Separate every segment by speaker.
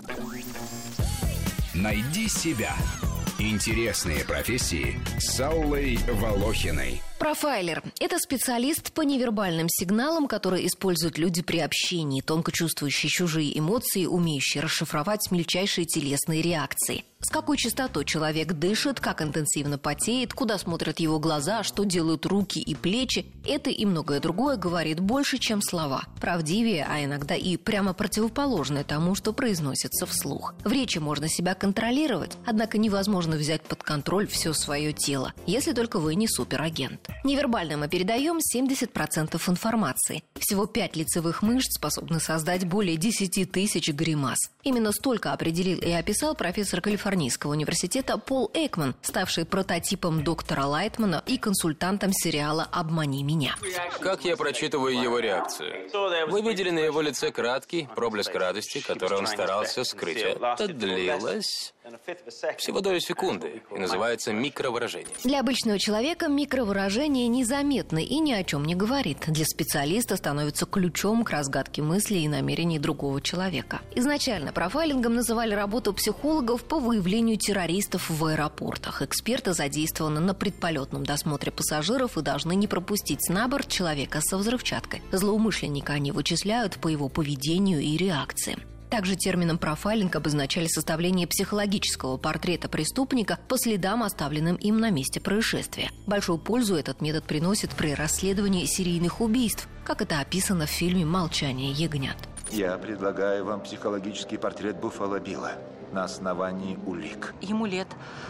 Speaker 1: Найди себя. Интересные профессии с Аллой Волохиной.
Speaker 2: Профайлер – это специалист по невербальным сигналам, которые используют люди при общении, тонко чувствующие чужие эмоции, умеющие расшифровать мельчайшие телесные реакции. С какой частотой человек дышит, как интенсивно потеет, куда смотрят его глаза, что делают руки и плечи – это и многое другое говорит больше, чем слова. Правдивее, а иногда и прямо противоположное тому, что произносится вслух. В речи можно себя контролировать, однако невозможно взять под контроль все свое тело, если только вы не суперагент. Невербально мы передаем 70% информации. Всего 5 лицевых мышц способны создать более 10 тысяч гримас. Именно столько определил и описал профессор Калифорнийского университета Пол Экман, ставший прототипом доктора Лайтмана и консультантом сериала «Обмани меня».
Speaker 3: Как я прочитываю его реакцию? Вы видели на его лице краткий проблеск радости, который он старался скрыть. Это длилось всего долю секунды и называется микровыражение.
Speaker 2: Для обычного человека микровыражение незаметно и ни о чем не говорит. Для специалиста становится ключом к разгадке мыслей и намерений другого человека. Изначально профайлингом называли работу психологов по выявлению террористов в аэропортах. Эксперты задействованы на предполетном досмотре пассажиров и должны не пропустить на борт человека со взрывчаткой. Злоумышленника они вычисляют по его поведению и реакциям. Также термином профайлинг обозначали составление психологического портрета преступника по следам, оставленным им на месте происшествия. Большую пользу этот метод приносит при расследовании серийных убийств, как это описано в фильме «Молчание ягнят».
Speaker 4: Я предлагаю вам психологический портрет Буффало Билла на основании улик.
Speaker 5: Ему лет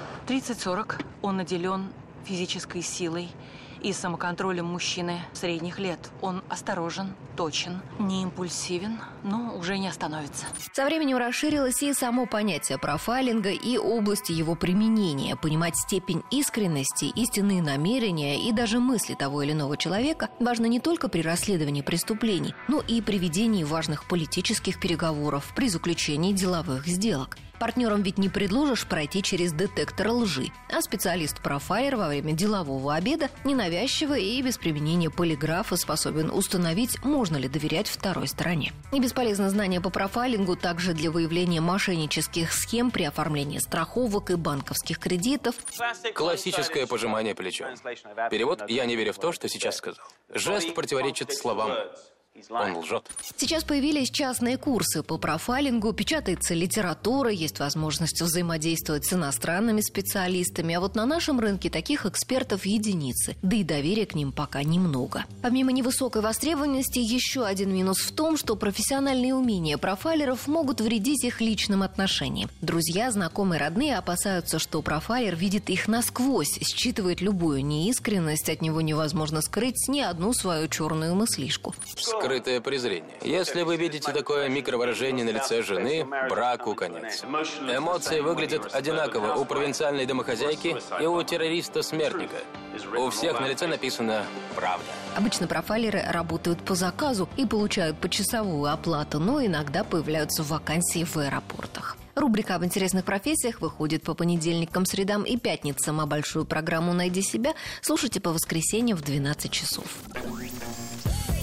Speaker 5: 30-40. Он наделен физической силой и самоконтролем мужчины средних лет. Он осторожен, точен, не импульсивен, но уже не остановится.
Speaker 2: Со временем расширилось и само понятие профайлинга, и области его применения. Понимать степень искренности, истинные намерения и даже мысли того или иного человека важно не только при расследовании преступлений, но и при ведении важных политических переговоров, при заключении деловых сделок. Партнерам ведь не предложишь пройти через детектор лжи, а специалист-профайлер во время делового обеда ненавязчиво и без применения полиграфа способен установить, можно ли доверять второй стороне. И бесполезно знание по профайлингу также для выявления мошеннических схем при оформлении страховок и банковских кредитов.
Speaker 3: Классическое пожимание плечом. Перевод: «Я не верю в то, что сейчас сказал». Жест противоречит словам. Он лжет.
Speaker 2: Сейчас появились частные курсы по профайлингу, печатается литература, есть возможность взаимодействовать с иностранными специалистами, а вот на нашем рынке таких экспертов единицы, да и доверия к ним пока немного. Помимо невысокой востребованности, еще один минус в том, что профессиональные умения профайлеров могут вредить их личным отношениям. Друзья, знакомые, родные опасаются, что профайлер видит их насквозь, считывает любую неискренность, от него невозможно скрыть ни одну свою черную мыслишку.
Speaker 3: Скрытое презрение. Если вы видите такое микровыражение на лице жены, браку конец. Эмоции выглядят одинаково у провинциальной домохозяйки и у террориста-смертника. У всех на лице написано «правда».
Speaker 2: Обычно профайлеры работают по заказу и получают почасовую оплату, но иногда появляются вакансии в аэропортах. Рубрика об интересных профессиях выходит по понедельникам, средам и пятницам, а большую программу «Найди себя» слушайте по воскресеньям в 12 часов.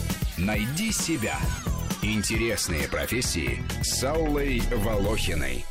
Speaker 1: Найди себя. Интересные профессии с Аллой Волохиной.